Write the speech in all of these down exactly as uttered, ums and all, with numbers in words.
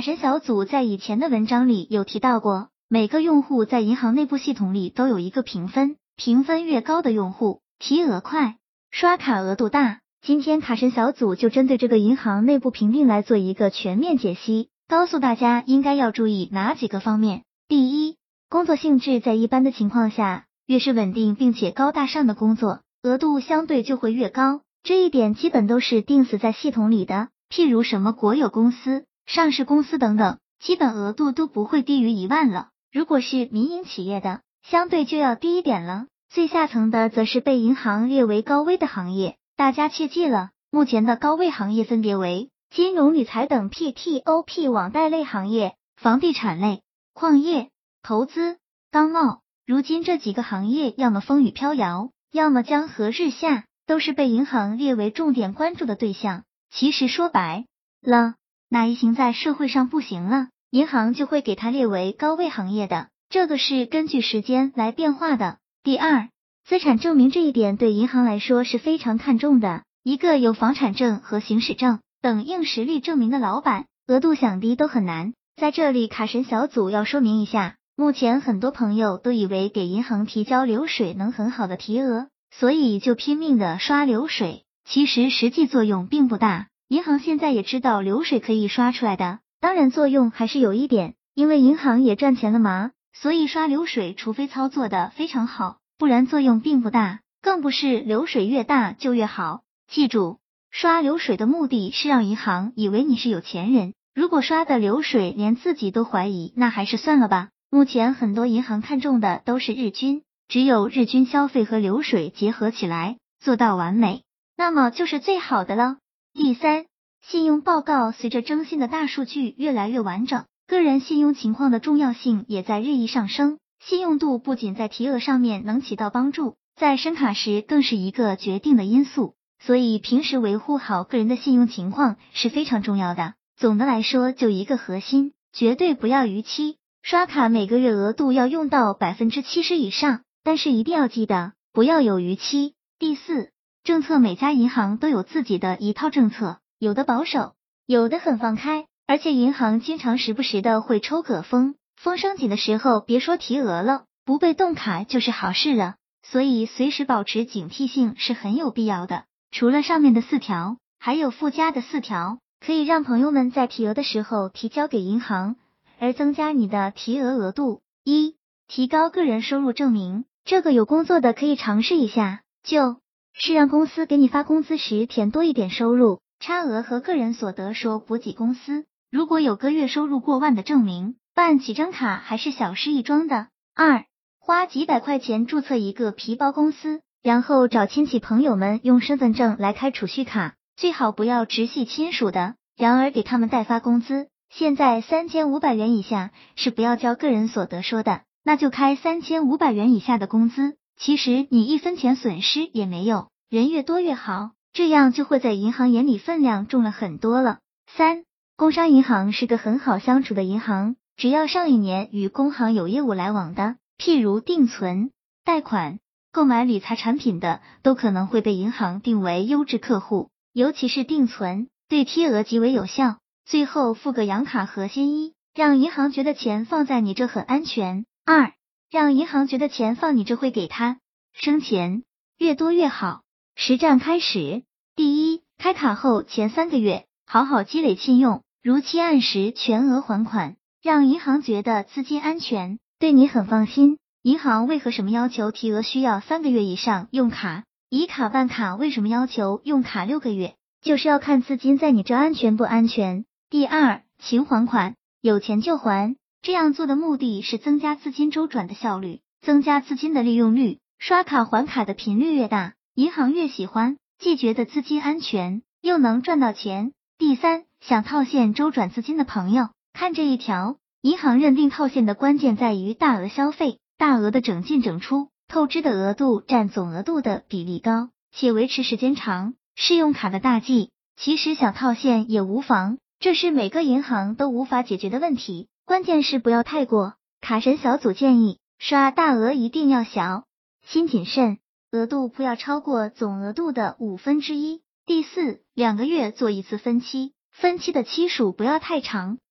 神小组在以前的文章里有提到过，每个用户在银行内部系统里都有一个评分，评分越高的用户，提额快，刷卡额度大。今天卡神小组就针对这个银行内部评定来做一个全面解析，告诉大家应该要注意哪几个方面。第一，工作性质在一般的情况下，越是稳定并且高大上的工作，额度相对就会越高，这一点基本都是定死在系统里的，譬如什么国有公司、上市公司等等，基本额度都不会低于一万了。如果是民营企业的，相对就要低一点了。最下层的则是被银行列为高危的行业，大家切记了，目前的高危行业分别为金融理财等 P T O P 网贷类行业、房地产类、矿业、投资、钢贸。如今这几个行业要么风雨飘摇，要么江河日下，都是被银行列为重点关注的对象。其实说白了，哪一行在社会上不行了，银行就会给它列为高危行业的，这个是根据时间来变化的。第二，资产证明这一点对银行来说是非常看重的，一个有房产证和行驶证等硬实力证明的老板，额度想低都很难。在这里卡神小组要说明一下，目前很多朋友都以为给银行提交流水能很好的提额，所以就拼命的刷流水，其实实际作用并不大。银行现在也知道流水可以刷出来的，当然作用还是有一点，因为银行也赚钱了嘛，所以刷流水除非操作的非常好，不然作用并不大，更不是流水越大就越好。记住，刷流水的目的是让银行以为你是有钱人，如果刷的流水连自己都怀疑，那还是算了吧。目前很多银行看重的都是日均，只有日均消费和流水结合起来，做到完美，那么就是最好的了。第三，信用报告随着征信的大数据越来越完整，个人信用情况的重要性也在日益上升。信用度不仅在提额上面能起到帮助，在申卡时更是一个决定的因素，所以平时维护好个人的信用情况是非常重要的。总的来说，就一个核心，绝对不要逾期。刷卡每个月额度要用到 百分之七十 以上，但是一定要记得不要有逾期。第四，政策每家银行都有自己的一套政策，有的保守，有的很放开，而且银行经常时不时的会抽个风，风声紧的时候别说提额了，不被冻卡就是好事了，所以随时保持警惕性是很有必要的。除了上面的四条，还有附加的四条，可以让朋友们在提额的时候提交给银行，而增加你的提额额度。一、提高个人收入证明，这个有工作的可以尝试一下，就是让公司给你发工资时填多一点收入，差额和个人所得说补给公司。如果有个月收入过万的证明，办几张卡还是小事一桩的。二、花几百块钱注册一个皮包公司，然后找亲戚朋友们用身份证来开储蓄卡，最好不要直系亲属的，然而给他们代发工资。现在三千五百元以下是不要交个人所得说的，那就开三千五百元以下的工资，其实你一分钱损失也没有，人越多越好，这样就会在银行眼里分量重了很多了。三、工商银行是个很好相处的银行，只要上一年与工行有业务来往的，譬如定存、贷款、购买理财产品的，都可能会被银行定为优质客户，尤其是定存，对提额极为有效。最后附个养卡核心一，让银行觉得钱放在你这很安全。二、让银行觉得钱放你这会给他生钱，越多越好。实战开始。第一，开卡后前三个月好好积累信用，如期按时全额还款，让银行觉得资金安全，对你很放心。银行为何什么要求提额需要三个月以上用卡？以卡办卡为什么要求用卡六个月？就是要看资金在你这安全不安全。第二，勤还款，有钱就还，这样做的目的是增加资金周转的效率，增加资金的利用率，刷卡还卡的频率越大，银行越喜欢，既觉得资金安全，又能赚到钱。第三，想套现周转资金的朋友，看这一条，银行认定套现的关键在于大额消费，大额的整进整出，透支的额度占总额度的比例高，且维持时间长，是用卡的大忌。其实想套现也无妨，这是每个银行都无法解决的问题，关键是不要太过。卡神小组建议，刷大额一定要小心谨慎，额度不要超过总额度的五分之一。第四，两个月做一次分期，分期的期数不要太长，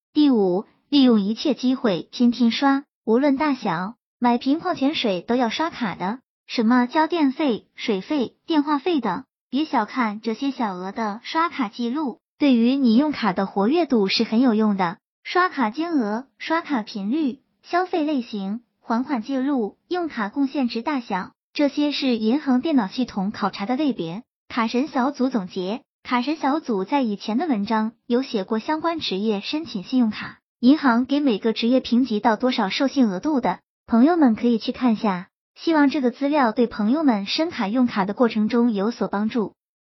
第五，利用一切机会天天刷，无论大小，买瓶矿泉水都要刷卡的，什么交电费、水费、电话费的，别小看这些小额的刷卡记录，对于你用卡的活跃度是很有用的。刷卡金额、刷卡频率、消费类型、还款记录、用卡贡献值大小，这些是银行电脑系统考察的类别。卡神小组总结，卡神小组在以前的文章有写过相关职业申请信用卡，银行给每个职业评级到多少授信额度的，朋友们可以去看下。希望这个资料对朋友们申卡用卡的过程中有所帮助。